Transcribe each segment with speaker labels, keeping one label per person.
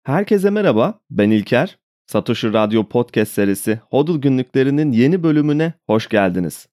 Speaker 1: Herkese merhaba, ben İlker. Satoshi Radyo Podcast serisi HODL günlüklerinin yeni bölümüne hoş geldiniz.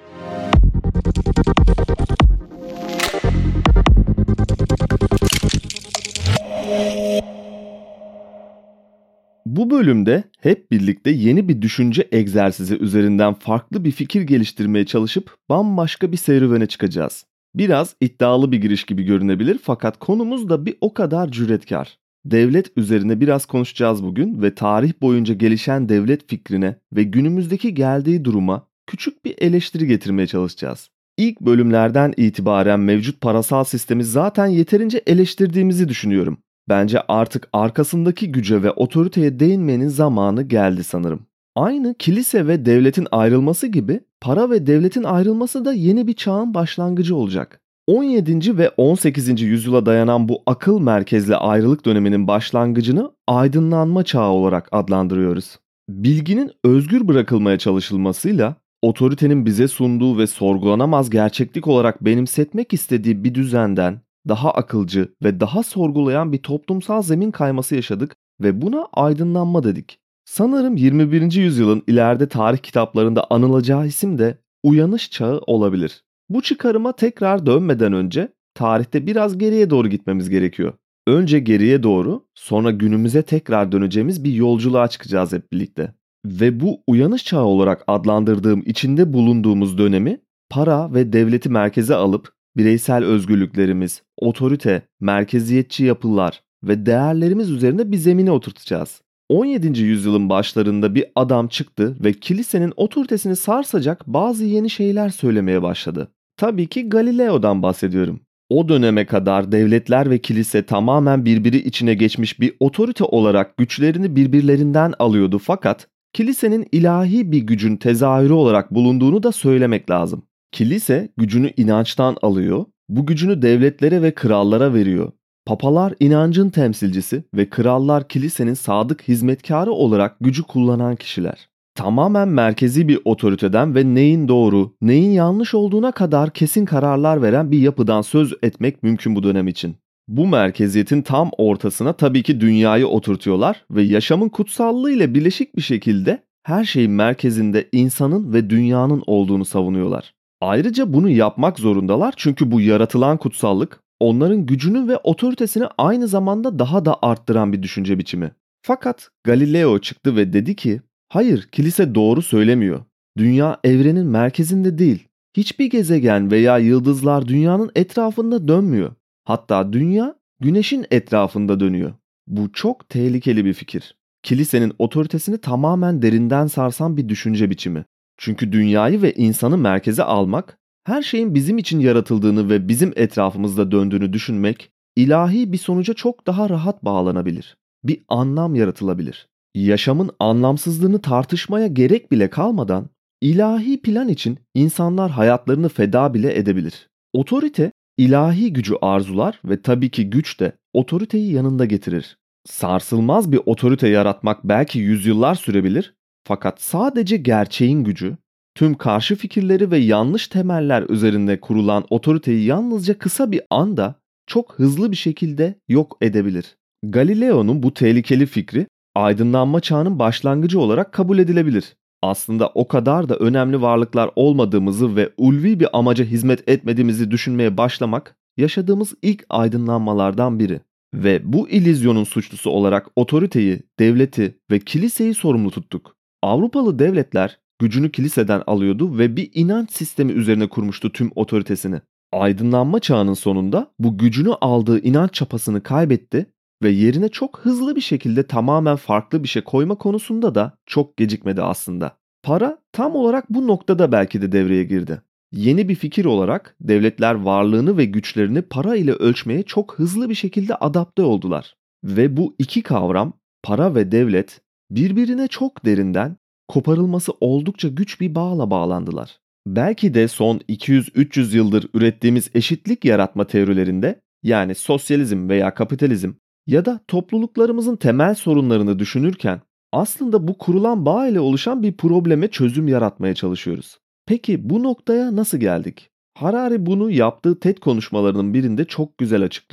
Speaker 1: Bu bölümde hep birlikte yeni bir düşünce egzersizi üzerinden farklı bir fikir geliştirmeye çalışıp bambaşka bir serüvene çıkacağız. Biraz iddialı bir giriş gibi görünebilir fakat konumuz da bir o kadar cüretkar. Devlet üzerine biraz konuşacağız bugün ve tarih boyunca gelişen devlet fikrine ve günümüzdeki geldiği duruma küçük bir eleştiri getirmeye çalışacağız. İlk bölümlerden itibaren mevcut parasal sistemi zaten yeterince eleştirdiğimizi düşünüyorum. Bence artık arkasındaki güce ve otoriteye değinmenin zamanı geldi sanırım. Aynı kilise ve devletin ayrılması gibi para ve devletin ayrılması da yeni bir çağın başlangıcı olacak. 17. ve 18. yüzyıla dayanan bu akıl merkezli ayrılık döneminin başlangıcını aydınlanma çağı olarak adlandırıyoruz. Bilginin özgür bırakılmaya çalışılmasıyla otoritenin bize sunduğu ve sorgulanamaz gerçeklik olarak benimsetmek istediği bir düzenden daha akılcı ve daha sorgulayan bir toplumsal zemin kayması yaşadık ve buna aydınlanma dedik. Sanırım 21. yüzyılın ileride tarih kitaplarında anılacağı isim de uyanış çağı olabilir. Bu çıkarıma tekrar dönmeden önce tarihte biraz geriye doğru gitmemiz gerekiyor. Önce geriye doğru, sonra günümüze tekrar döneceğimiz bir yolculuğa çıkacağız hep birlikte. Ve bu uyanış çağı olarak adlandırdığım içinde bulunduğumuz dönemi para ve devleti merkeze alıp bireysel özgürlüklerimiz, otorite, merkeziyetçi yapılar ve değerlerimiz üzerine bir zemine oturtacağız. 17. yüzyılın başlarında bir adam çıktı ve kilisenin otoritesini sarsacak bazı yeni şeyler söylemeye başladı. Tabii ki Galileo'dan bahsediyorum. O döneme kadar devletler ve kilise tamamen birbiri içine geçmiş bir otorite olarak güçlerini birbirlerinden alıyordu fakat kilisenin ilahi bir gücün tezahürü olarak bulunduğunu da söylemek lazım. Kilise gücünü inançtan alıyor, bu gücünü devletlere ve krallara veriyor. Papalar inancın temsilcisi ve krallar kilisenin sadık hizmetkarı olarak gücü kullanan kişiler. Tamamen merkezi bir otoriteden ve neyin doğru, neyin yanlış olduğuna kadar kesin kararlar veren bir yapıdan söz etmek mümkün bu dönem için. Bu merkeziyetin tam ortasına tabii ki dünyayı oturtuyorlar ve yaşamın kutsallığı ile birleşik bir şekilde her şeyin merkezinde insanın ve dünyanın olduğunu savunuyorlar. Ayrıca bunu yapmak zorundalar çünkü bu yaratılan kutsallık onların gücünü ve otoritesini aynı zamanda daha da arttıran bir düşünce biçimi. Fakat Galileo çıktı ve dedi ki, hayır, kilise doğru söylemiyor. Dünya evrenin merkezinde değil. Hiçbir gezegen veya yıldızlar dünyanın etrafında dönmüyor. Hatta dünya güneşin etrafında dönüyor. Bu çok tehlikeli bir fikir. Kilisenin otoritesini tamamen derinden sarsan bir düşünce biçimi. Çünkü dünyayı ve insanı merkeze almak, her şeyin bizim için yaratıldığını ve bizim etrafımızda döndüğünü düşünmek, ilahi bir sonuca çok daha rahat bağlanabilir. Bir anlam yaratılabilir. Yaşamın anlamsızlığını tartışmaya gerek bile kalmadan, ilahi plan için insanlar hayatlarını feda bile edebilir. Otorite, ilahi gücü arzular ve tabii ki güç de otoriteyi yanında getirir. Sarsılmaz bir otorite yaratmak belki yüzyıllar sürebilir, fakat sadece gerçeğin gücü, tüm karşı fikirleri ve yanlış temeller üzerinde kurulan otoriteyi yalnızca kısa bir anda çok hızlı bir şekilde yok edebilir. Galileo'nun bu tehlikeli fikri aydınlanma çağının başlangıcı olarak kabul edilebilir. Aslında o kadar da önemli varlıklar olmadığımızı ve ulvi bir amaca hizmet etmediğimizi düşünmeye başlamak yaşadığımız ilk aydınlanmalardan biri. Ve bu illüzyonun suçlusu olarak otoriteyi, devleti ve kiliseyi sorumlu tuttuk. Avrupalı devletler gücünü kiliseden alıyordu ve bir inanç sistemi üzerine kurmuştu tüm otoritesini. Aydınlanma çağının sonunda bu gücünü aldığı inanç çapasını kaybetti ve yerine çok hızlı bir şekilde tamamen farklı bir şey koyma konusunda da çok gecikmedi aslında. Para tam olarak bu noktada belki de devreye girdi. Yeni bir fikir olarak devletler varlığını ve güçlerini para ile ölçmeye çok hızlı bir şekilde adapte oldular. Ve bu iki kavram, para ve devlet, birbirine çok derinden, koparılması oldukça güç bir bağla bağlandılar. Belki de son 200-300 yıldır ürettiğimiz eşitlik yaratma teorilerinde, yani sosyalizm veya kapitalizm ya da topluluklarımızın temel sorunlarını düşünürken aslında bu kurulan bağ ile oluşan bir probleme çözüm yaratmaya çalışıyoruz. Peki bu noktaya nasıl geldik? Harari bunu yaptığı TED konuşmalarının birinde çok güzel açıklıyor.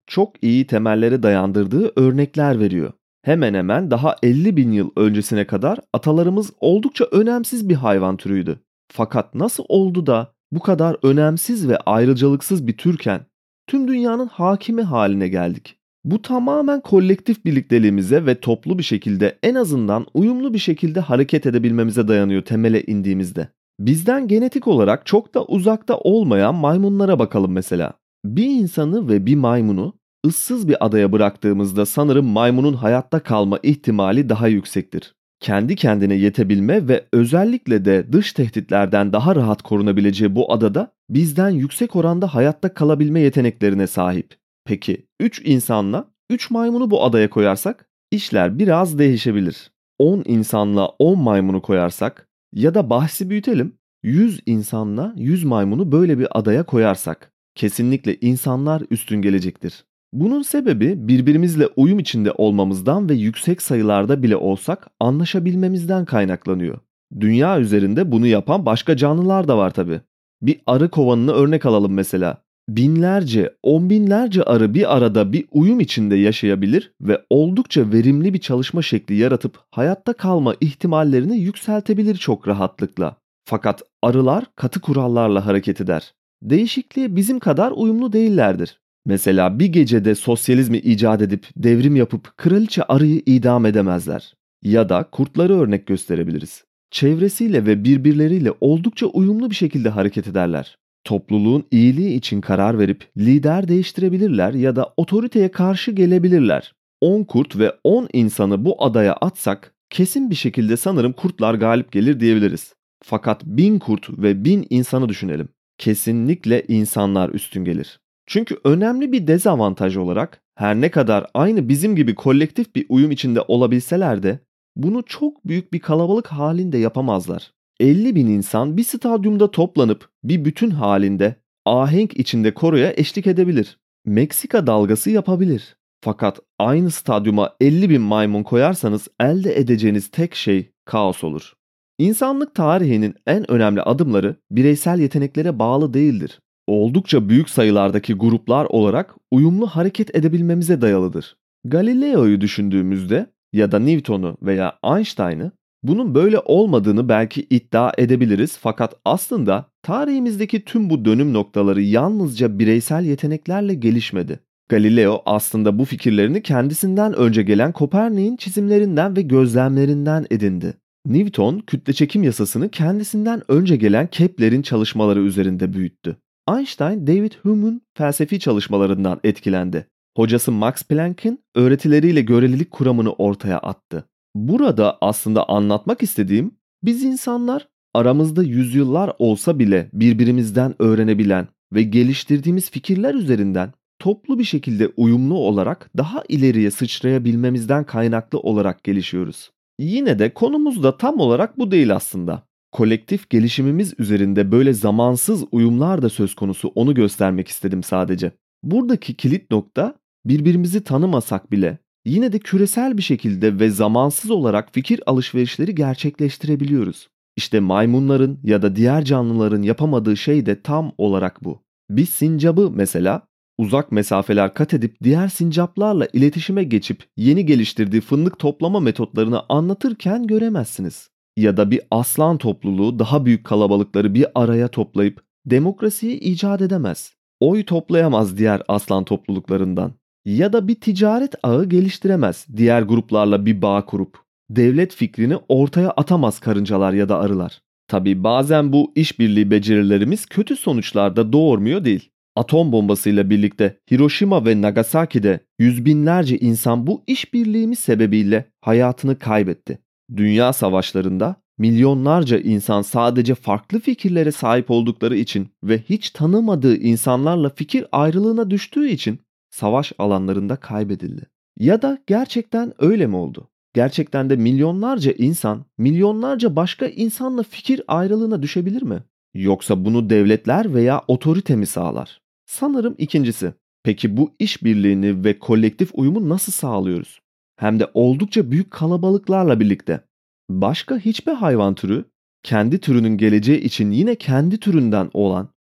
Speaker 1: çok iyi temellere dayandırdığı örnekler veriyor. Hemen hemen daha 50 bin yıl öncesine kadar atalarımız oldukça önemsiz bir hayvan türüydü. Fakat nasıl oldu da bu kadar önemsiz ve ayrıcalıksız bir türken tüm dünyanın hakimi haline geldik? Bu tamamen kolektif birlikteliğimize ve toplu bir şekilde en azından uyumlu bir şekilde hareket edebilmemize dayanıyor temele indiğimizde. Bizden genetik olarak çok da uzakta olmayan maymunlara bakalım mesela. Bir insanı ve bir maymunu ıssız bir adaya bıraktığımızda sanırım maymunun hayatta kalma ihtimali daha yüksektir. Kendi kendine yetebilme ve özellikle de dış tehditlerden daha rahat korunabileceği bu adada bizden yüksek oranda hayatta kalabilme yeteneklerine sahip. Peki 3 insanla 3 maymunu bu adaya koyarsak işler biraz değişebilir. 10 insanla 10 maymunu koyarsak ya da bahsi büyütelim, 100 insanla 100 maymunu böyle bir adaya koyarsak kesinlikle insanlar üstün gelecektir. Bunun sebebi birbirimizle uyum içinde olmamızdan ve yüksek sayılarda bile olsak anlaşabilmemizden kaynaklanıyor. Dünya üzerinde bunu yapan başka canlılar da var tabii. Bir arı kovanını örnek alalım mesela. Binlerce, on binlerce arı bir arada bir uyum içinde yaşayabilir ve oldukça verimli bir çalışma şekli yaratıp hayatta kalma ihtimallerini yükseltebilir çok rahatlıkla. Fakat arılar katı kurallarla hareket eder. Değişikliğe bizim kadar uyumlu değillerdir. Mesela bir gecede sosyalizmi icat edip devrim yapıp kraliçe arıyı idam edemezler. Ya da kurtları örnek gösterebiliriz. Çevresiyle ve birbirleriyle oldukça uyumlu bir şekilde hareket ederler. Topluluğun iyiliği için karar verip lider değiştirebilirler ya da otoriteye karşı gelebilirler. 10 kurt ve 10 insanı bu adaya atsak kesin bir şekilde sanırım kurtlar galip gelir diyebiliriz. Fakat 1000 kurt ve 1000 insanı düşünelim. Kesinlikle insanlar üstün gelir. Çünkü önemli bir dezavantaj olarak her ne kadar aynı bizim gibi kolektif bir uyum içinde olabilseler de bunu çok büyük bir kalabalık halinde yapamazlar. 50 bin insan bir stadyumda toplanıp bir bütün halinde ahenk içinde koroya eşlik edebilir. Meksika dalgası yapabilir. Fakat aynı stadyuma 50 bin maymun koyarsanız elde edeceğiniz tek şey kaos olur. İnsanlık tarihinin en önemli adımları bireysel yeteneklere bağlı değildir. Oldukça büyük sayılardaki gruplar olarak uyumlu hareket edebilmemize dayalıdır. Galileo'yu düşündüğümüzde ya da Newton'u veya Einstein'ı bunun böyle olmadığını belki iddia edebiliriz fakat aslında tarihimizdeki tüm bu dönüm noktaları yalnızca bireysel yeteneklerle gelişmedi. Galileo aslında bu fikirlerini kendisinden önce gelen Kopernik'in çizimlerinden ve gözlemlerinden edindi. Newton kütle çekim yasasını kendisinden önce gelen Kepler'in çalışmaları üzerinde büyüttü. Einstein, David Hume'un felsefi çalışmalarından etkilendi. Hocası Max Planck'in öğretileriyle görelilik kuramını ortaya attı. Burada aslında anlatmak istediğim, biz insanlar aramızda yüzyıllar olsa bile birbirimizden öğrenebilen ve geliştirdiğimiz fikirler üzerinden toplu bir şekilde uyumlu olarak daha ileriye sıçrayabilmemizden kaynaklı olarak gelişiyoruz. Yine de konumuz da tam olarak bu değil aslında. Kolektif gelişimimiz üzerinde böyle zamansız uyumlar da söz konusu, onu göstermek istedim sadece. Buradaki kilit nokta birbirimizi tanımasak bile yine de küresel bir şekilde ve zamansız olarak fikir alışverişleri gerçekleştirebiliyoruz. İşte maymunların ya da diğer canlıların yapamadığı şey de tam olarak bu. Bir sincabı mesela uzak mesafeler kat edip diğer sincaplarla iletişime geçip yeni geliştirdiği fındık toplama metotlarını anlatırken göremezsiniz. Ya da bir aslan topluluğu daha büyük kalabalıkları bir araya toplayıp demokrasiyi icat edemez. Oy toplayamaz diğer aslan topluluklarından. Ya da bir ticaret ağı geliştiremez diğer gruplarla bir bağ kurup. Devlet fikrini ortaya atamaz karıncalar ya da arılar. Tabii bazen bu işbirliği becerilerimiz kötü sonuçlarda doğurmuyor değil. Atom bombasıyla birlikte Hiroşima ve Nagasaki'de yüz binlerce insan bu işbirliğimiz sebebiyle hayatını kaybetti. Dünya savaşlarında milyonlarca insan sadece farklı fikirlere sahip oldukları için ve hiç tanımadığı insanlarla fikir ayrılığına düştüğü için savaş alanlarında kaybedildi. Ya da gerçekten öyle mi oldu? Gerçekten de milyonlarca insan, milyonlarca başka insanla fikir ayrılığına düşebilir mi? Yoksa bunu devletler veya otorite mi sağlar? Sanırım ikincisi. Peki bu işbirliğini ve kolektif uyumu nasıl sağlıyoruz? Hem de oldukça büyük kalabalıklarla birlikte. Başka hiçbir hayvan türü kendi türünün geleceği için yine kendi türünden olan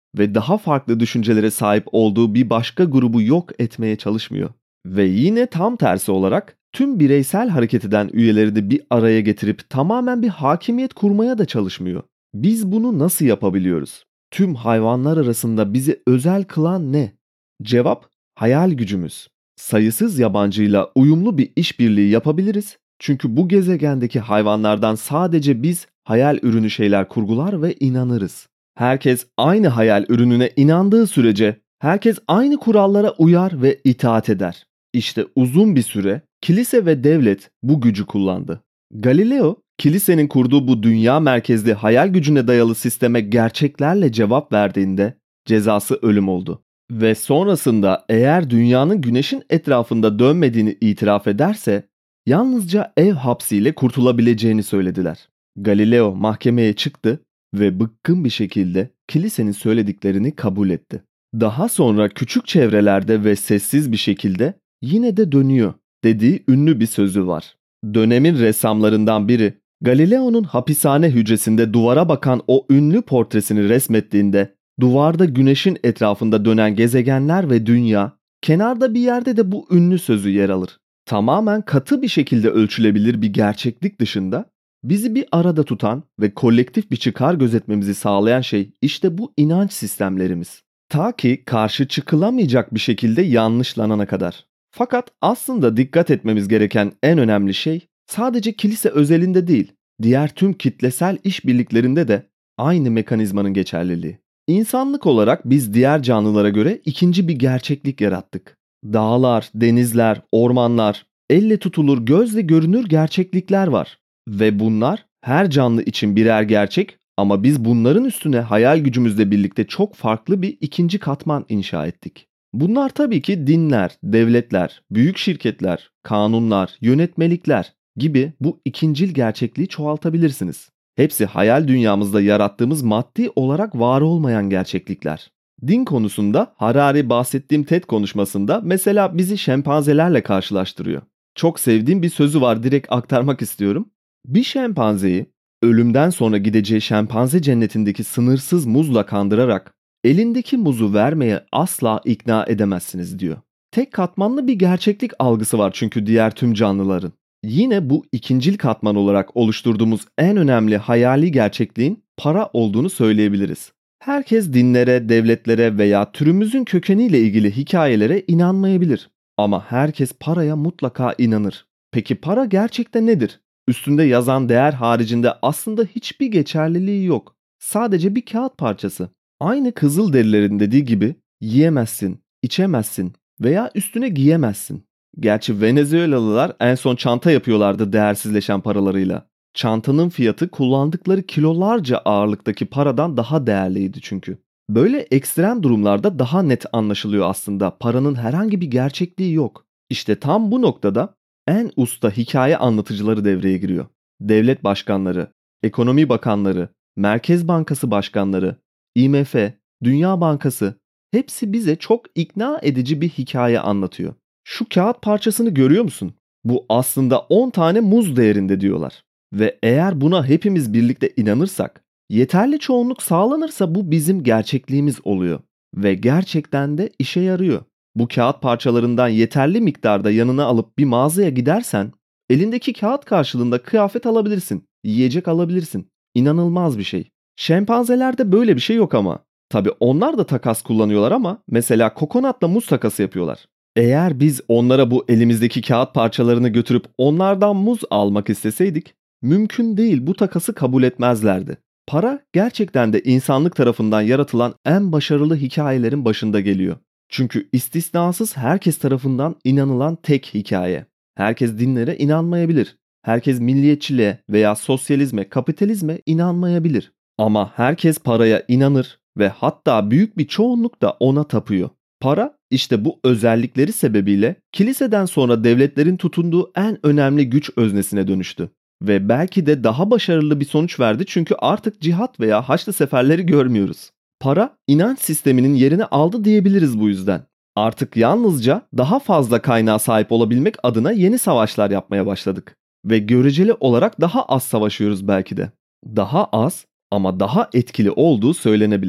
Speaker 1: ve daha farklı düşüncelere sahip olduğu bir başka grubu yok etmeye çalışmıyor. Ve yine tam tersi olarak tüm bireysel hareket eden üyeleri de bir araya getirip tamamen bir hakimiyet kurmaya da çalışmıyor. Biz bunu nasıl yapabiliyoruz? Tüm hayvanlar arasında bizi özel kılan ne? Cevap, hayal gücümüz. Sayısız yabancıyla uyumlu bir işbirliği yapabiliriz. Çünkü bu gezegendeki hayvanlardan sadece biz hayal ürünü şeyler kurgular ve inanırız. Herkes aynı hayal ürününe inandığı sürece herkes aynı kurallara uyar ve itaat eder. İşte uzun bir süre kilise ve devlet bu gücü kullandı. Galileo, kilisenin kurduğu bu dünya merkezli hayal gücüne dayalı sisteme gerçeklerle cevap verdiğinde cezası ölüm oldu. Ve sonrasında eğer dünyanın güneşin etrafında dönmediğini itiraf ederse yalnızca ev hapsiyle kurtulabileceğini söylediler. Galileo mahkemeye çıktı ve bıkkın bir şekilde kilisenin söylediklerini kabul etti. Daha sonra küçük çevrelerde ve sessiz bir şekilde yine de dönüyor dediği ünlü bir sözü var. Dönemin ressamlarından biri Galileo'nun hapishane hücresinde duvara bakan o ünlü portresini resmettiğinde duvarda güneşin etrafında dönen gezegenler ve dünya, kenarda bir yerde de bu ünlü sözü yer alır. Tamamen katı bir şekilde ölçülebilir bir gerçeklik dışında bizi bir arada tutan ve kolektif bir çıkar gözetmemizi sağlayan şey işte bu inanç sistemlerimiz. Ta ki karşı çıkılamayacak bir şekilde yanlışlanana kadar. Fakat aslında dikkat etmemiz gereken en önemli şey sadece kilise özelinde değil, diğer tüm kitlesel işbirliklerinde de aynı mekanizmanın geçerliliği. İnsanlık olarak biz diğer canlılara göre ikinci bir gerçeklik yarattık. Dağlar, denizler, ormanlar, elle tutulur, gözle görünür gerçeklikler var. Ve bunlar her canlı için birer gerçek ama biz bunların üstüne hayal gücümüzle birlikte çok farklı bir ikinci katman inşa ettik. Bunlar tabii ki dinler, devletler, büyük şirketler, kanunlar, yönetmelikler gibi bu ikincil gerçekliği çoğaltabilirsiniz. Hepsi hayal dünyamızda yarattığımız maddi olarak var olmayan gerçeklikler. Din konusunda Harari bahsettiğim TED konuşmasında mesela bizi şempanzelerle karşılaştırıyor. Çok sevdiğim bir sözü var, direkt aktarmak istiyorum. Bir şempanzeyi ölümden sonra gideceği şempanze cennetindeki sınırsız muzla kandırarak elindeki muzu vermeye asla ikna edemezsiniz diyor. Tek katmanlı bir gerçeklik algısı var çünkü diğer tüm canlıların. Yine bu ikincil katman olarak oluşturduğumuz en önemli hayali gerçekliğin para olduğunu söyleyebiliriz. Herkes dinlere, devletlere veya türümüzün kökeniyle ilgili hikayelere inanmayabilir. Ama herkes paraya mutlaka inanır. Peki para gerçekten nedir? Üstünde yazan değer haricinde aslında hiçbir geçerliliği yok. Sadece bir kağıt parçası. Aynı Kızılderililerin dediği gibi yiyemezsin, içemezsin veya üstüne giyemezsin. Gerçi Venezuelalılar en son çanta yapıyorlardı değersizleşen paralarıyla. Çantanın fiyatı kullandıkları kilolarca ağırlıktaki paradan daha değerliydi çünkü. Böyle ekstrem durumlarda daha net anlaşılıyor aslında paranın herhangi bir gerçekliği yok. İşte tam bu noktada en usta hikaye anlatıcıları devreye giriyor. Devlet başkanları, ekonomi bakanları, Merkez Bankası başkanları, IMF, Dünya Bankası hepsi bize çok ikna edici bir hikaye anlatıyor. Şu kağıt parçasını görüyor musun? Bu aslında 10 tane muz değerinde diyorlar. Ve eğer buna hepimiz birlikte inanırsak, yeterli çoğunluk sağlanırsa bu bizim gerçekliğimiz oluyor. Ve gerçekten de işe yarıyor. Bu kağıt parçalarından yeterli miktarda yanına alıp bir mağazaya gidersen, elindeki kağıt karşılığında kıyafet alabilirsin, yiyecek alabilirsin. İnanılmaz bir şey. Şempanzelerde böyle bir şey yok ama. Tabii onlar da takas kullanıyorlar ama mesela kokonatla muz takası yapıyorlar. Eğer biz onlara bu elimizdeki kağıt parçalarını götürüp onlardan muz almak isteseydik, mümkün değil, bu takası kabul etmezlerdi. Para gerçekten de insanlık tarafından yaratılan en başarılı hikayelerin başında geliyor. Çünkü istisnasız herkes tarafından inanılan tek hikaye. Herkes dinlere inanmayabilir. Herkes milliyetçiliğe veya sosyalizme, kapitalizme inanmayabilir. Ama herkes paraya inanır ve hatta büyük bir çoğunluk da ona tapıyor. Para işte bu özellikleri sebebiyle kiliseden sonra devletlerin tutunduğu en önemli güç öznesine dönüştü. Ve belki de daha başarılı bir sonuç verdi çünkü artık cihat veya haçlı seferleri görmüyoruz. Para inanç sisteminin yerini aldı diyebiliriz bu yüzden. Artık yalnızca daha fazla kaynağa sahip olabilmek adına yeni savaşlar yapmaya başladık. Ve göreceli olarak daha az savaşıyoruz belki de. Daha az ama daha etkili olduğu söylenebilir.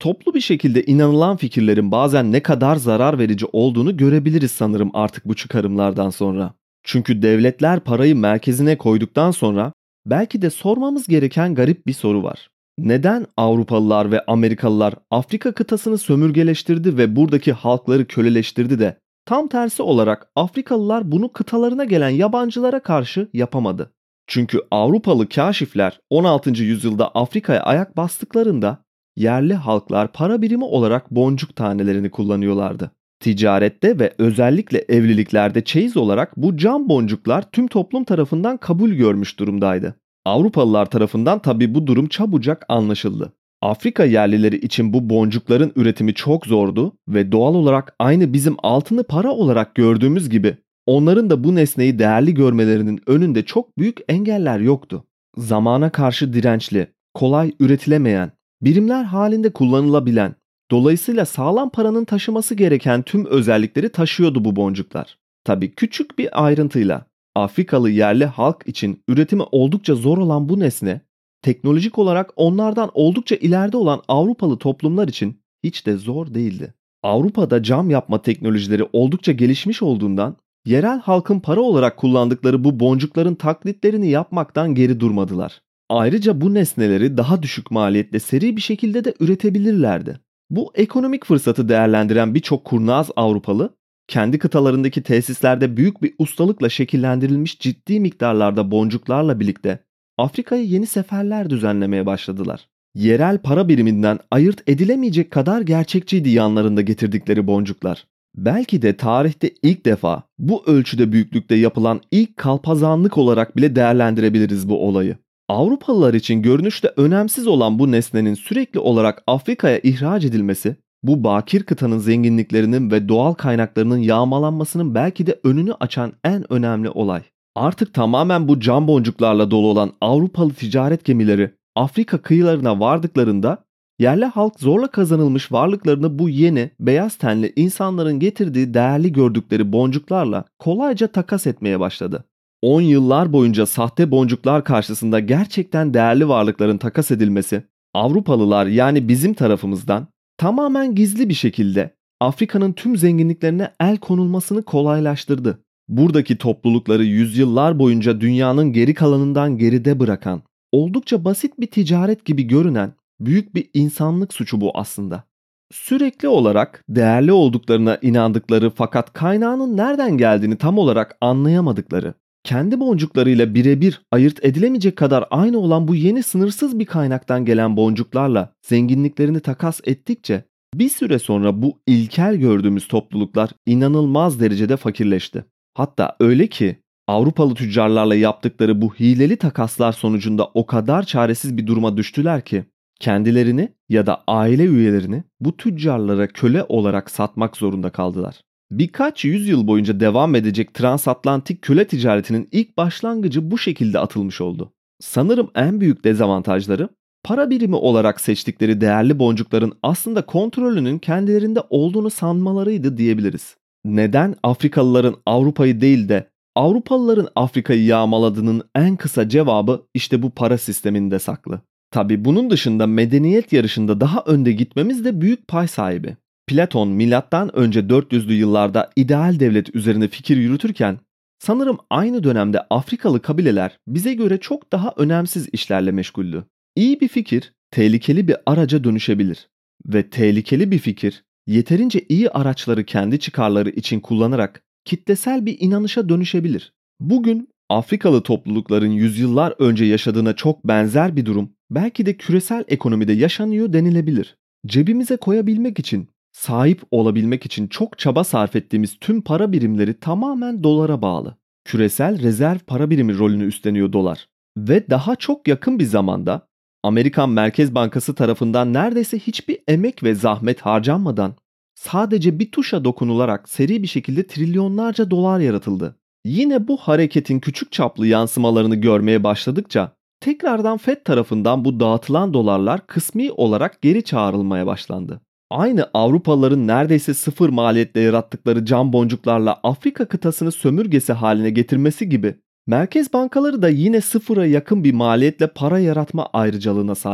Speaker 1: Toplu bir şekilde inanılan fikirlerin bazen ne kadar zarar verici olduğunu görebiliriz sanırım artık bu çıkarımlardan sonra. Çünkü devletler parayı merkezine koyduktan sonra belki de sormamız gereken garip bir soru var. Neden Avrupalılar ve Amerikalılar Afrika kıtasını sömürgeleştirdi ve buradaki halkları köleleştirdi de tam tersi olarak Afrikalılar bunu kıtalarına gelen yabancılara karşı yapamadı? Çünkü Avrupalı kaşifler 16. yüzyılda Afrika'ya ayak bastıklarında yerli halklar para birimi olarak boncuk tanelerini kullanıyorlardı. Ticarette ve özellikle evliliklerde çeyiz olarak bu cam boncuklar tüm toplum tarafından kabul görmüş durumdaydı. Avrupalılar tarafından tabii bu durum çabucak anlaşıldı. Afrika yerlileri için bu boncukların üretimi çok zordu ve doğal olarak aynı bizim altını para olarak gördüğümüz gibi onların da bu nesneyi değerli görmelerinin önünde çok büyük engeller yoktu. Zamana karşı dirençli, kolay üretilemeyen, birimler halinde kullanılabilen, dolayısıyla sağlam paranın taşıması gereken tüm özellikleri taşıyordu bu boncuklar. Tabii küçük bir ayrıntıyla Afrikalı yerli halk için üretimi oldukça zor olan bu nesne, teknolojik olarak onlardan oldukça ileride olan Avrupalı toplumlar için hiç de zor değildi. Avrupa'da cam yapma teknolojileri oldukça gelişmiş olduğundan yerel halkın para olarak kullandıkları bu boncukların taklitlerini yapmaktan geri durmadılar. Ayrıca bu nesneleri daha düşük maliyetle seri bir şekilde de üretebilirlerdi. Bu ekonomik fırsatı değerlendiren birçok kurnaz Avrupalı, kendi kıtalarındaki tesislerde büyük bir ustalıkla şekillendirilmiş ciddi miktarlarda boncuklarla birlikte Afrika'ya yeni seferler düzenlemeye başladılar. Yerel para biriminden ayırt edilemeyecek kadar gerçekçiydi yanlarında getirdikleri boncuklar. Belki de tarihte ilk defa bu ölçüde büyüklükte yapılan ilk kalpazanlık olarak bile değerlendirebiliriz bu olayı. Avrupalılar için görünüşte önemsiz olan bu nesnenin sürekli olarak Afrika'ya ihraç edilmesi, bu bakir kıtanın zenginliklerinin ve doğal kaynaklarının yağmalanmasının belki de önünü açan en önemli olay. Artık tamamen bu cam boncuklarla dolu olan Avrupalı ticaret gemileri Afrika kıyılarına vardıklarında yerli halk zorla kazanılmış varlıklarını bu yeni beyaz tenli insanların getirdiği değerli gördükleri boncuklarla kolayca takas etmeye başladı. 10 yıllar boyunca sahte boncuklar karşısında gerçekten değerli varlıkların takas edilmesi, Avrupalılar yani bizim tarafımızdan tamamen gizli bir şekilde Afrika'nın tüm zenginliklerine el konulmasını kolaylaştırdı. Buradaki toplulukları yüzyıllar boyunca dünyanın geri kalanından geride bırakan, oldukça basit bir ticaret gibi görünen büyük bir insanlık suçu bu aslında. Sürekli olarak değerli olduklarına inandıkları fakat kaynağının nereden geldiğini tam olarak anlayamadıkları, kendi boncuklarıyla birebir ayırt edilemeyecek kadar aynı olan bu yeni sınırsız bir kaynaktan gelen boncuklarla zenginliklerini takas ettikçe bir süre sonra bu ilkel gördüğümüz topluluklar inanılmaz derecede fakirleşti. Hatta öyle ki Avrupalı tüccarlarla yaptıkları bu hileli takaslar sonucunda o kadar çaresiz bir duruma düştüler ki kendilerini ya da aile üyelerini bu tüccarlara köle olarak satmak zorunda kaldılar. Birkaç yüzyıl boyunca devam edecek transatlantik köle ticaretinin ilk başlangıcı bu şekilde atılmış oldu. Sanırım en büyük dezavantajları para birimi olarak seçtikleri değerli boncukların aslında kontrolünün kendilerinde olduğunu sanmalarıydı diyebiliriz. Neden Afrikalıların Avrupa'yı değil de Avrupalıların Afrika'yı yağmaladığının en kısa cevabı işte bu para sisteminde saklı. Tabi bunun dışında medeniyet yarışında daha önde gitmemiz de büyük pay sahibi. Platon milattan önce 400'lü yıllarda ideal devlet üzerine fikir yürütürken sanırım aynı dönemde Afrikalı kabileler bize göre çok daha önemsiz işlerle meşguldü. İyi bir fikir tehlikeli bir araca dönüşebilir ve tehlikeli bir fikir yeterince iyi araçları kendi çıkarları için kullanarak kitlesel bir inanışa dönüşebilir. Bugün Afrikalı toplulukların yüzyıllar önce yaşadığına çok benzer bir durum belki de küresel ekonomide yaşanıyor denilebilir. Cebimize koyabilmek için, sahip olabilmek için çok çaba sarf ettiğimiz tüm para birimleri tamamen dolara bağlı. Küresel rezerv para birimi rolünü üstleniyor dolar. Ve daha çok yakın bir zamanda Amerikan Merkez Bankası tarafından neredeyse hiçbir emek ve zahmet harcanmadan sadece bir tuşa dokunularak seri bir şekilde trilyonlarca dolar yaratıldı. Yine bu hareketin küçük çaplı yansımalarını görmeye başladıkça tekrardan Fed tarafından bu dağıtılan dolarlar kısmi olarak geri çağrılmaya başlandı. Aynı Avrupalıların neredeyse sıfır maliyetle yarattıkları cam boncuklarla Afrika kıtasını sömürgesi haline getirmesi gibi merkez bankaları da yine sıfıra yakın bir maliyetle para yaratma ayrıcalığına sahip.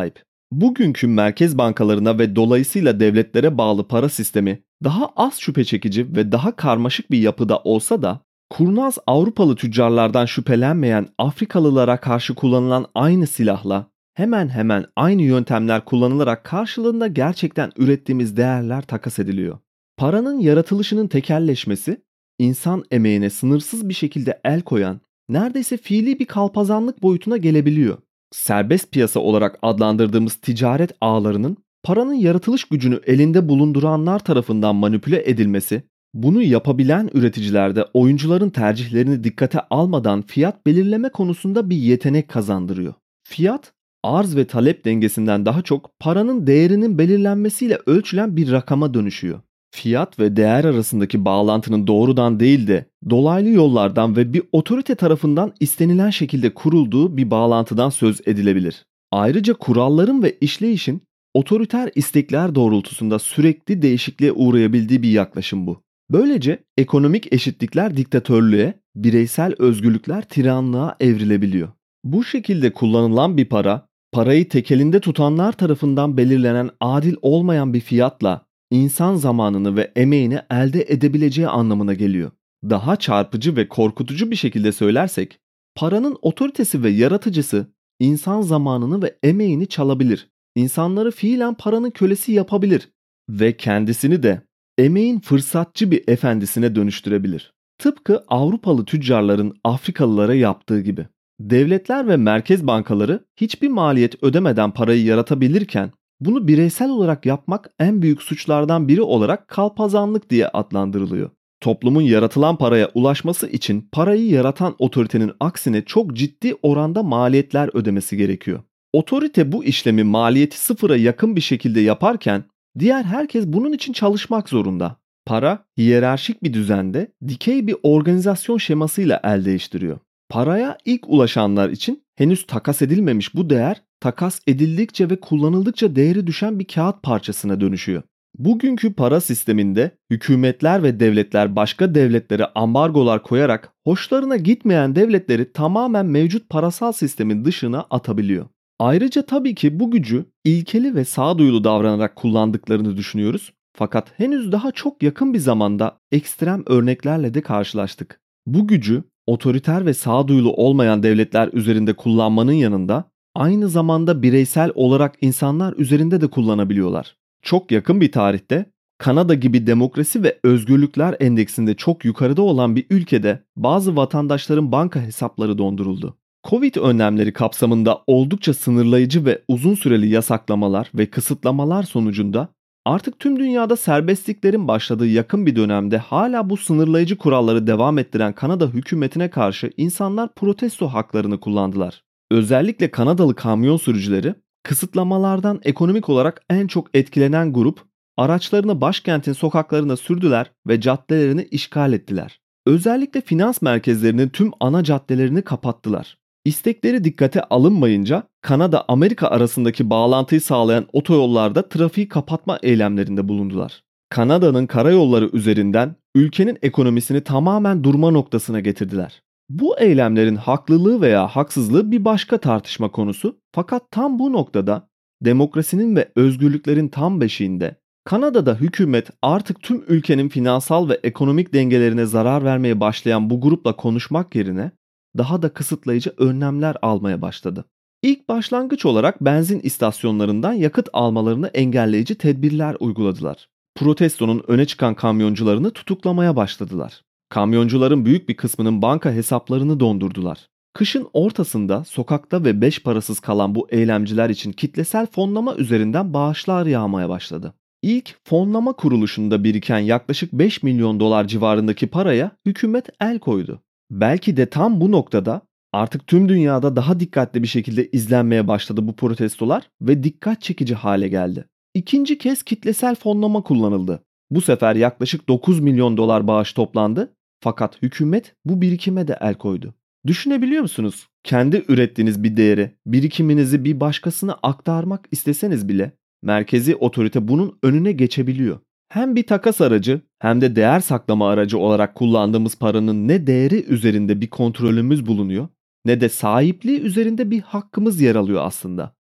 Speaker 1: Bugünkü merkez bankalarına ve dolayısıyla devletlere bağlı para sistemi daha az şüphe çekici ve daha karmaşık bir yapıda olsa da kurnaz Avrupalı tüccarlardan şüphelenmeyen Afrikalılara karşı kullanılan aynı silahla hemen hemen aynı yöntemler kullanılarak karşılığında gerçekten ürettiğimiz değerler takas ediliyor. Paranın yaratılışının tekelleşmesi, insan emeğine sınırsız bir şekilde el koyan, neredeyse fiili bir kalpazanlık boyutuna gelebiliyor. Serbest piyasa olarak adlandırdığımız ticaret ağlarının paranın yaratılış gücünü elinde bulunduranlar tarafından manipüle edilmesi, bunu yapabilen üreticilerde oyuncuların tercihlerini dikkate almadan fiyat belirleme konusunda bir yetenek kazandırıyor. Fiyat, arz ve talep dengesinden daha çok paranın değerinin belirlenmesiyle ölçülen bir rakama dönüşüyor. Fiyat ve değer arasındaki bağlantının doğrudan değil de dolaylı yollardan ve bir otorite tarafından istenilen şekilde kurulduğu bir bağlantıdan söz edilebilir. Ayrıca kuralların ve işleyişin otoriter istekler doğrultusunda sürekli değişikliğe uğrayabildiği bir yaklaşım bu. Böylece ekonomik eşitlikler diktatörlüğe, bireysel özgürlükler tiranlığa evrilebiliyor. Bu şekilde kullanılan bir para, parayı tekelinde tutanlar tarafından belirlenen adil olmayan bir fiyatla insan zamanını ve emeğini elde edebileceği anlamına geliyor. Daha çarpıcı ve korkutucu bir şekilde söylersek, paranın otoritesi ve yaratıcısı insan zamanını ve emeğini çalabilir. İnsanları fiilen paranın kölesi yapabilir ve kendisini de emeğin fırsatçı bir efendisine dönüştürebilir. Tıpkı Avrupalı tüccarların Afrikalılara yaptığı gibi. Devletler ve merkez bankaları hiçbir maliyet ödemeden parayı yaratabilirken bunu bireysel olarak yapmak en büyük suçlardan biri olarak kalpazanlık diye adlandırılıyor. Toplumun yaratılan paraya ulaşması için parayı yaratan otoritenin aksine çok ciddi oranda maliyetler ödemesi gerekiyor. Otorite bu işlemi maliyeti sıfıra yakın bir şekilde yaparken diğer herkes bunun için çalışmak zorunda. Para hiyerarşik bir düzende dikey bir organizasyon şemasıyla el değiştiriyor. Paraya ilk ulaşanlar için henüz takas edilmemiş bu değer takas edildikçe ve kullanıldıkça değeri düşen bir kağıt parçasına dönüşüyor. Bugünkü para sisteminde hükümetler ve devletler başka devletlere ambargolar koyarak hoşlarına gitmeyen devletleri tamamen mevcut parasal sistemin dışına atabiliyor. Ayrıca tabii ki bu gücü ilkeli ve sağduyulu davranarak kullandıklarını düşünüyoruz. Fakat henüz daha çok yakın bir zamanda ekstrem örneklerle de karşılaştık. Bu gücü otoriter ve sağduyulu olmayan devletler üzerinde kullanmanın yanında aynı zamanda bireysel olarak insanlar üzerinde de kullanabiliyorlar. Çok yakın bir tarihte Kanada gibi demokrasi ve özgürlükler endeksinde çok yukarıda olan bir ülkede bazı vatandaşların banka hesapları donduruldu. Covid önlemleri kapsamında oldukça sınırlayıcı ve uzun süreli yasaklamalar ve kısıtlamalar sonucunda artık tüm dünyada serbestliklerin başladığı yakın bir dönemde hala bu sınırlayıcı kuralları devam ettiren Kanada hükümetine karşı insanlar protesto haklarını kullandılar. Özellikle Kanadalı kamyon sürücüleri kısıtlamalardan ekonomik olarak en çok etkilenen grup araçlarını başkentin sokaklarına sürdüler ve caddelerini işgal ettiler. Özellikle finans merkezlerinin tüm ana caddelerini kapattılar. İstekleri dikkate alınmayınca Kanada-Amerika arasındaki bağlantıyı sağlayan otoyollarda trafiği kapatma eylemlerinde bulundular. Kanada'nın karayolları üzerinden ülkenin ekonomisini tamamen durma noktasına getirdiler. Bu eylemlerin haklılığı veya haksızlığı bir başka tartışma konusu. Fakat tam bu noktada demokrasinin ve özgürlüklerin tam beşiğinde Kanada'da hükümet artık tüm ülkenin finansal ve ekonomik dengelerine zarar vermeye başlayan bu grupla konuşmak yerine daha da kısıtlayıcı önlemler almaya başladı. İlk başlangıç olarak benzin istasyonlarından yakıt almalarını engelleyici tedbirler uyguladılar. Protestonun öne çıkan kamyoncularını tutuklamaya başladılar. Kamyoncuların büyük bir kısmının banka hesaplarını dondurdular. Kışın ortasında sokakta ve beş parasız kalan bu eylemciler için kitlesel fonlama üzerinden bağışlar yağmaya başladı. İlk fonlama kuruluşunda biriken yaklaşık 5 milyon dolar civarındaki paraya hükümet el koydu. Belki de tam bu noktada artık tüm dünyada daha dikkatli bir şekilde izlenmeye başladı bu protestolar ve dikkat çekici hale geldi. İkinci kez kitlesel fonlama kullanıldı. Bu sefer yaklaşık 9 milyon dolar bağış toplandı fakat hükümet bu birikime de el koydu. Düşünebiliyor musunuz? Kendi ürettiğiniz bir değeri, birikiminizi bir başkasına aktarmak isteseniz bile merkezi otorite bunun önüne geçebiliyor. Hem bir takas aracı hem de değer saklama aracı olarak kullandığımız paranın ne değeri üzerinde bir kontrolümüz bulunuyor ne de sahipliği üzerinde bir hakkımız yer alıyor aslında.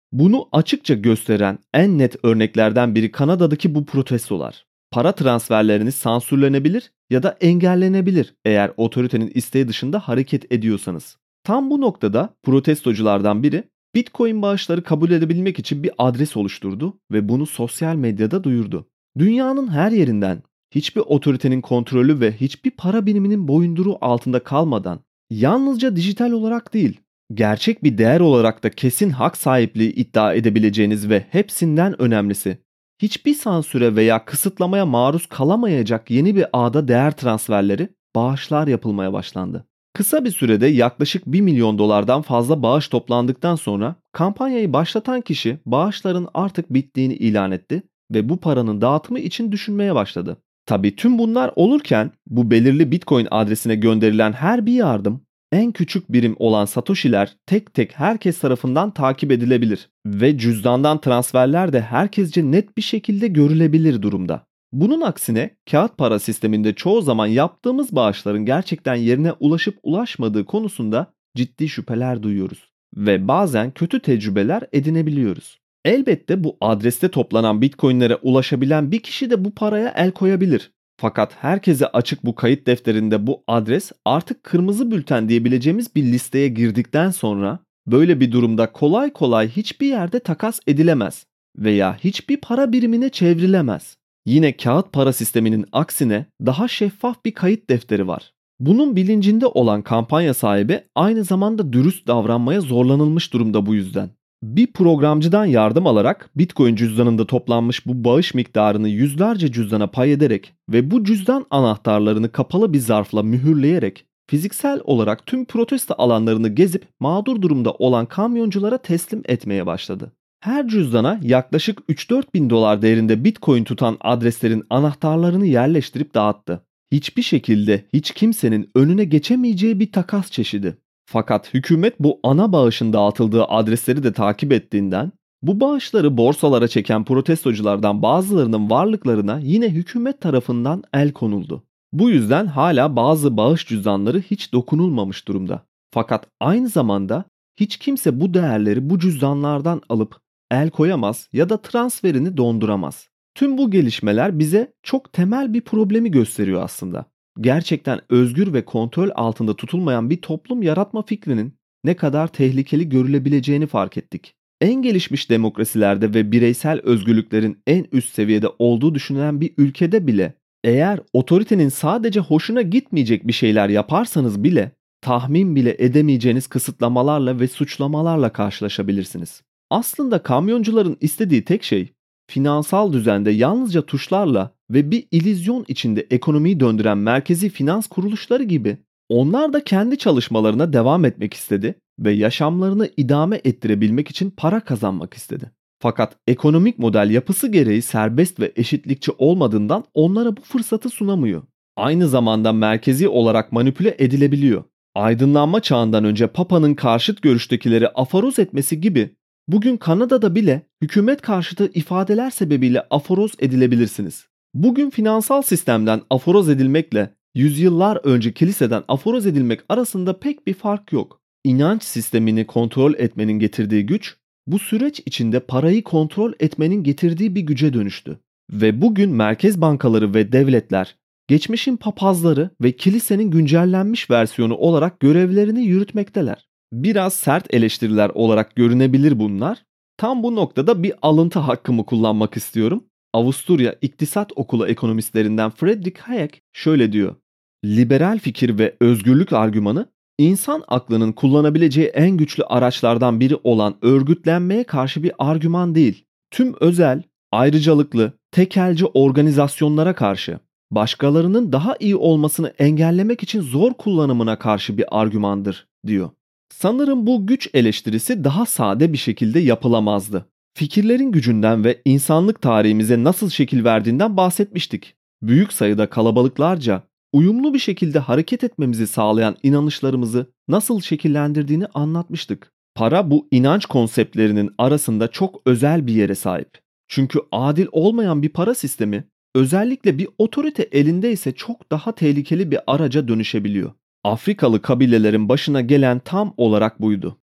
Speaker 1: Bunu açıkça gösteren en net örneklerden biri Kanada'daki bu protestolar. Para transferleriniz sansürlenebilir ya da engellenebilir eğer otoritenin isteği dışında hareket ediyorsanız. Tam bu noktada protestoculardan biri Bitcoin bağışları kabul edebilmek için bir adres oluşturdu ve bunu sosyal medyada duyurdu. Dünyanın her yerinden hiçbir otoritenin kontrolü ve hiçbir para biriminin boyunduruğu altında kalmadan yalnızca dijital olarak değil, gerçek bir değer olarak da kesin hak sahipliği iddia edebileceğiniz ve hepsinden önemlisi, hiçbir sansüre veya kısıtlamaya maruz kalamayacak yeni bir ağda değer transferleri, bağışlar yapılmaya başlandı. Kısa bir sürede yaklaşık 1 milyon dolardan fazla bağış toplandıktan sonra kampanyayı başlatan kişi bağışların artık bittiğini ilan etti ve bu paranın dağıtımı için düşünmeye başladı. Tabii tüm bunlar olurken bu belirli Bitcoin adresine gönderilen her bir yardım en küçük birim olan Satoshi'ler tek tek herkes tarafından takip edilebilir ve cüzdandan transferler de herkesce net bir şekilde görülebilir durumda. Bunun aksine kağıt para sisteminde çoğu zaman yaptığımız bağışların gerçekten yerine ulaşıp ulaşmadığı konusunda ciddi şüpheler duyuyoruz ve bazen kötü tecrübeler edinebiliyoruz. Elbette bu adreste toplanan Bitcoin'lere ulaşabilen bir kişi de bu paraya el koyabilir. Fakat herkese açık bu kayıt defterinde bu adres artık kırmızı bülten diyebileceğimiz bir listeye girdikten sonra böyle bir durumda kolay kolay hiçbir yerde takas edilemez veya hiçbir para birimine çevrilemez. Yine kağıt para sisteminin aksine daha şeffaf bir kayıt defteri var. Bunun bilincinde olan kampanya sahibi aynı zamanda dürüst davranmaya zorlanılmış durumda bu yüzden. Bir programcıdan yardım alarak Bitcoin cüzdanında toplanmış bu bağış miktarını yüzlerce cüzdana pay ederek ve bu cüzdan anahtarlarını kapalı bir zarfla mühürleyerek fiziksel olarak tüm protesto alanlarını gezip mağdur durumda olan kamyonculara teslim etmeye başladı. Her cüzdana yaklaşık 3-4 bin dolar değerinde Bitcoin tutan adreslerin anahtarlarını yerleştirip dağıttı. Hiçbir şekilde hiç kimsenin önüne geçemeyeceği bir takas çeşidi. Fakat hükümet bu ana bağışın dağıtıldığı adresleri de takip ettiğinden bu bağışları borsalara çeken protestoculardan bazılarının varlıklarına yine hükümet tarafından el konuldu. Bu yüzden hala bazı bağış cüzdanları hiç dokunulmamış durumda. Fakat aynı zamanda hiç kimse bu değerleri bu cüzdanlardan alıp el koyamaz ya da transferini donduramaz. Tüm bu gelişmeler bize çok temel bir problemi gösteriyor aslında. Gerçekten özgür ve kontrol altında tutulmayan bir toplum yaratma fikrinin ne kadar tehlikeli görülebileceğini fark ettik. En gelişmiş demokrasilerde ve bireysel özgürlüklerin en üst seviyede olduğu düşünülen bir ülkede bile eğer otoritenin sadece hoşuna gitmeyecek bir şeyler yaparsanız bile tahmin bile edemeyeceğiniz kısıtlamalarla ve suçlamalarla karşılaşabilirsiniz. Aslında kamyoncuların istediği tek şey finansal düzende yalnızca tuşlarla ve bir illüzyon içinde ekonomiyi döndüren merkezi finans kuruluşları gibi onlar da kendi çalışmalarına devam etmek istedi ve yaşamlarını idame ettirebilmek için para kazanmak istedi. Fakat ekonomik model yapısı gereği serbest ve eşitlikçi olmadığından onlara bu fırsatı sunamıyor. Aynı zamanda merkezi olarak manipüle edilebiliyor. Aydınlanma çağından önce Papa'nın karşıt görüştekileri aforoz etmesi gibi bugün Kanada'da bile hükümet karşıtı ifadeler sebebiyle aforoz edilebilirsiniz. Bugün finansal sistemden aforoz edilmekle yüzyıllar önce kiliseden aforoz edilmek arasında pek bir fark yok. İnanç sistemini kontrol etmenin getirdiği güç, bu süreç içinde parayı kontrol etmenin getirdiği bir güce dönüştü. Ve bugün merkez bankaları ve devletler, geçmişin papazları ve kilisenin güncellenmiş versiyonu olarak görevlerini yürütmekteler. Biraz sert eleştiriler olarak görünebilir bunlar. Tam bu noktada bir alıntı hakkımı kullanmak istiyorum. Avusturya İktisat Okulu ekonomistlerinden Friedrich Hayek şöyle diyor: liberal fikir ve özgürlük argümanı, insan aklının kullanabileceği en güçlü araçlardan biri olan örgütlenmeye karşı bir argüman değil, tüm özel, ayrıcalıklı, tekelci organizasyonlara karşı, başkalarının daha iyi olmasını engellemek için zor kullanımına karşı bir argümandır, diyor. Sanırım bu güç eleştirisi daha sade bir şekilde yapılamazdı. Fikirlerin gücünden ve insanlık tarihimize nasıl şekil verdiğinden bahsetmiştik. Büyük sayıda kalabalıklarca uyumlu bir şekilde hareket etmemizi sağlayan inanışlarımızı nasıl şekillendirdiğini anlatmıştık. Para bu inanç konseptlerinin arasında çok özel bir yere sahip. Çünkü adil olmayan bir para sistemi özellikle bir otorite elindeyse çok daha tehlikeli bir araca dönüşebiliyor. Afrikalı kabilelerin başına gelen tam olarak buydu.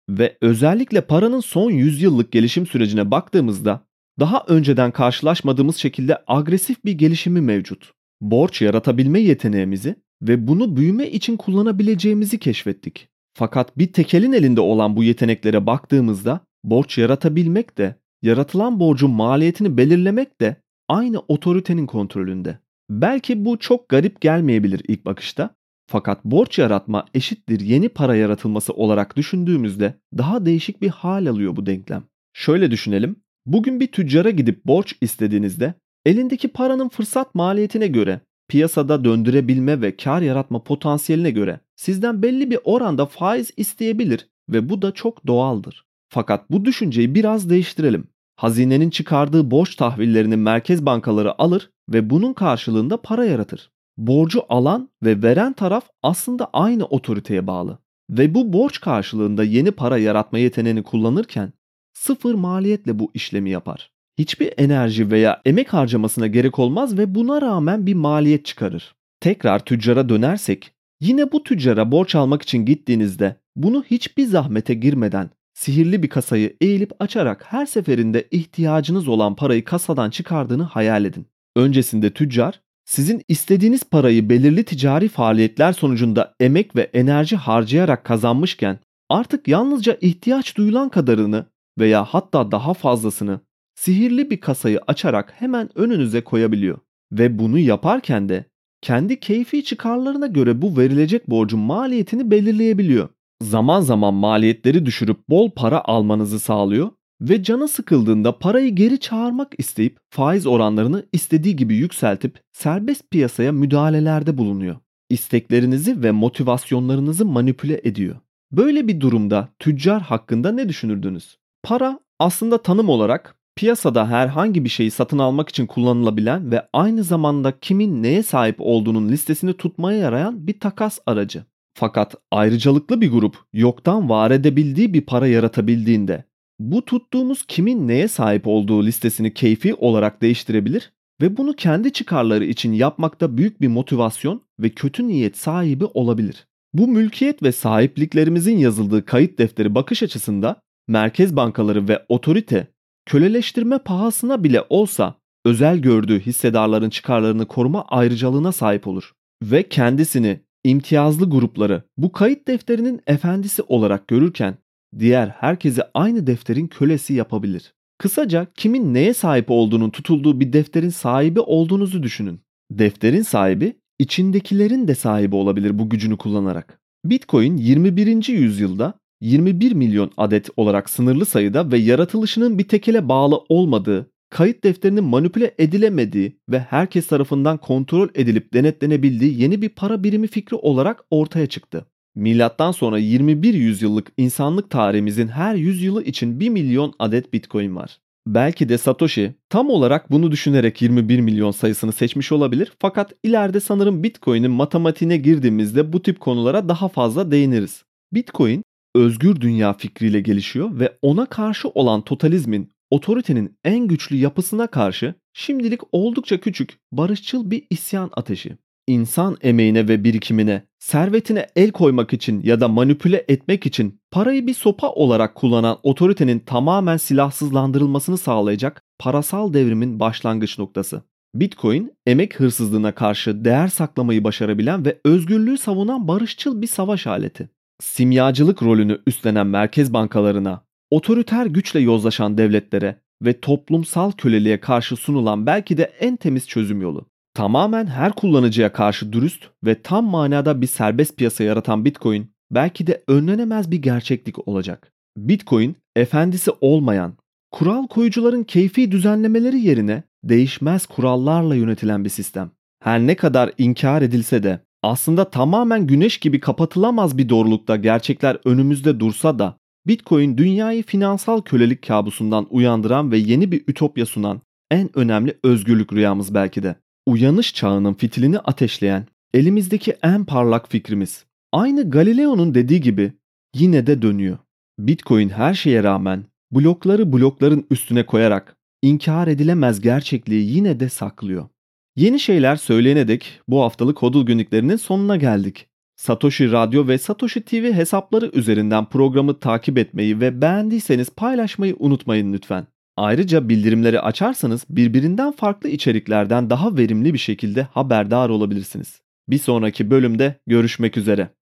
Speaker 1: Ve özellikle paranın son 100 yıllık gelişim sürecine baktığımızda daha önceden karşılaşmadığımız şekilde agresif bir gelişimi mevcut. Borç yaratabilme yeteneğimizi ve bunu büyüme için kullanabileceğimizi keşfettik. Fakat bir tekelin elinde olan bu yeteneklere baktığımızda borç yaratabilmek de, yaratılan borcun maliyetini belirlemek de aynı otoritenin kontrolünde. Belki bu çok garip gelmeyebilir ilk bakışta. Fakat borç yaratma eşittir yeni para yaratılması olarak düşündüğümüzde daha değişik bir hal alıyor bu denklem. Şöyle düşünelim. Bugün bir tüccara gidip borç istediğinizde elindeki paranın fırsat maliyetine göre, piyasada döndürebilme ve kar yaratma potansiyeline göre sizden belli bir oranda faiz isteyebilir ve bu da çok doğaldır. Fakat bu düşünceyi biraz değiştirelim. Hazinenin çıkardığı borç tahvillerini merkez bankaları alır ve bunun karşılığında para yaratır. Borcu alan ve veren taraf aslında aynı otoriteye bağlı. Ve bu borç karşılığında yeni para yaratma yeteneğini kullanırken sıfır maliyetle bu işlemi yapar. Hiçbir enerji veya emek harcamasına gerek olmaz ve buna rağmen bir maliyet çıkarır. Tekrar tüccara dönersek, yine bu tüccara borç almak için gittiğinizde bunu hiçbir zahmete girmeden sihirli bir kasayı eğilip açarak her seferinde ihtiyacınız olan parayı kasadan çıkardığını hayal edin. Öncesinde tüccar sizin istediğiniz parayı belirli ticari faaliyetler sonucunda emek ve enerji harcayarak kazanmışken artık yalnızca ihtiyaç duyulan kadarını veya hatta daha fazlasını sihirli bir kasayı açarak hemen önünüze koyabiliyor. Ve bunu yaparken de kendi keyfi çıkarlarına göre bu verilecek borcun maliyetini belirleyebiliyor. Zaman zaman maliyetleri düşürüp bol para almanızı sağlıyor ve canı sıkıldığında parayı geri çağırmak isteyip faiz oranlarını istediği gibi yükseltip serbest piyasaya müdahalelerde bulunuyor. İsteklerinizi ve motivasyonlarınızı manipüle ediyor. Böyle bir durumda tüccar hakkında ne düşünürdünüz? Para aslında tanım olarak piyasada herhangi bir şeyi satın almak için kullanılabilen ve aynı zamanda kimin neye sahip olduğunun listesini tutmaya yarayan bir takas aracı. Fakat ayrıcalıklı bir grup yoktan var edebildiği bir para yaratabildiğinde bu tuttuğumuz kimin neye sahip olduğu listesini keyfi olarak değiştirebilir ve bunu kendi çıkarları için yapmakta büyük bir motivasyon ve kötü niyet sahibi olabilir. Bu mülkiyet ve sahipliklerimizin yazıldığı kayıt defteri bakış açısında merkez bankaları ve otorite köleleştirme pahasına bile olsa özel gördüğü hissedarların çıkarlarını koruma ayrıcalığına sahip olur ve kendisini imtiyazlı grupları bu kayıt defterinin efendisi olarak görürken diğer herkesi aynı defterin kölesi yapabilir. Kısaca kimin neye sahip olduğunun tutulduğu bir defterin sahibi olduğunuzu düşünün. Defterin sahibi içindekilerin de sahibi olabilir bu gücünü kullanarak. Bitcoin 21. yüzyılda 21 milyon adet olarak sınırlı sayıda ve yaratılışının bir tekele bağlı olmadığı, kayıt defterinin manipüle edilemediği ve herkes tarafından kontrol edilip denetlenebildiği yeni bir para birimi fikri olarak ortaya çıktı. Milattan sonra 21 yüzyıllık insanlık tarihimizin her yüzyılı için 1 milyon adet Bitcoin var. Belki de Satoshi tam olarak bunu düşünerek 21 milyon sayısını seçmiş olabilir fakat ileride sanırım Bitcoin'in matematiğine girdiğimizde bu tip konulara daha fazla değiniriz. Bitcoin özgür dünya fikriyle gelişiyor ve ona karşı olan totalizmin, otoritenin en güçlü yapısına karşı şimdilik oldukça küçük, barışçıl bir isyan ateşi. İnsan emeğine ve birikimine, servetine el koymak için ya da manipüle etmek için parayı bir sopa olarak kullanan otoritenin tamamen silahsızlandırılmasını sağlayacak parasal devrimin başlangıç noktası. Bitcoin, emek hırsızlığına karşı değer saklamayı başarabilen ve özgürlüğü savunan barışçıl bir savaş aleti. Simyacılık rolünü üstlenen merkez bankalarına, otoriter güçle yozlaşan devletlere ve toplumsal köleliğe karşı sunulan belki de en temiz çözüm yolu. Tamamen her kullanıcıya karşı dürüst ve tam manada bir serbest piyasa yaratan Bitcoin belki de önlenemez bir gerçeklik olacak. Bitcoin, efendisi olmayan, kural koyucuların keyfi düzenlemeleri yerine değişmez kurallarla yönetilen bir sistem. Her ne kadar inkar edilse de aslında tamamen güneş gibi kapatılamaz bir doğrulukta gerçekler önümüzde dursa da Bitcoin dünyayı finansal kölelik kabusundan uyandıran ve yeni bir ütopya sunan en önemli özgürlük rüyamız belki de. Uyanış çağının fitilini ateşleyen elimizdeki en parlak fikrimiz. Aynı Galileo'nun dediği gibi yine de dönüyor. Bitcoin her şeye rağmen blokları blokların üstüne koyarak inkar edilemez gerçekliği yine de saklıyor. Yeni şeyler söyleyene dek bu haftalık HODL günlüklerinin sonuna geldik. Satoshi Radyo ve Satoshi TV hesapları üzerinden programı takip etmeyi ve beğendiyseniz paylaşmayı unutmayın lütfen. Ayrıca bildirimleri açarsanız birbirinden farklı içeriklerden daha verimli bir şekilde haberdar olabilirsiniz. Bir sonraki bölümde görüşmek üzere.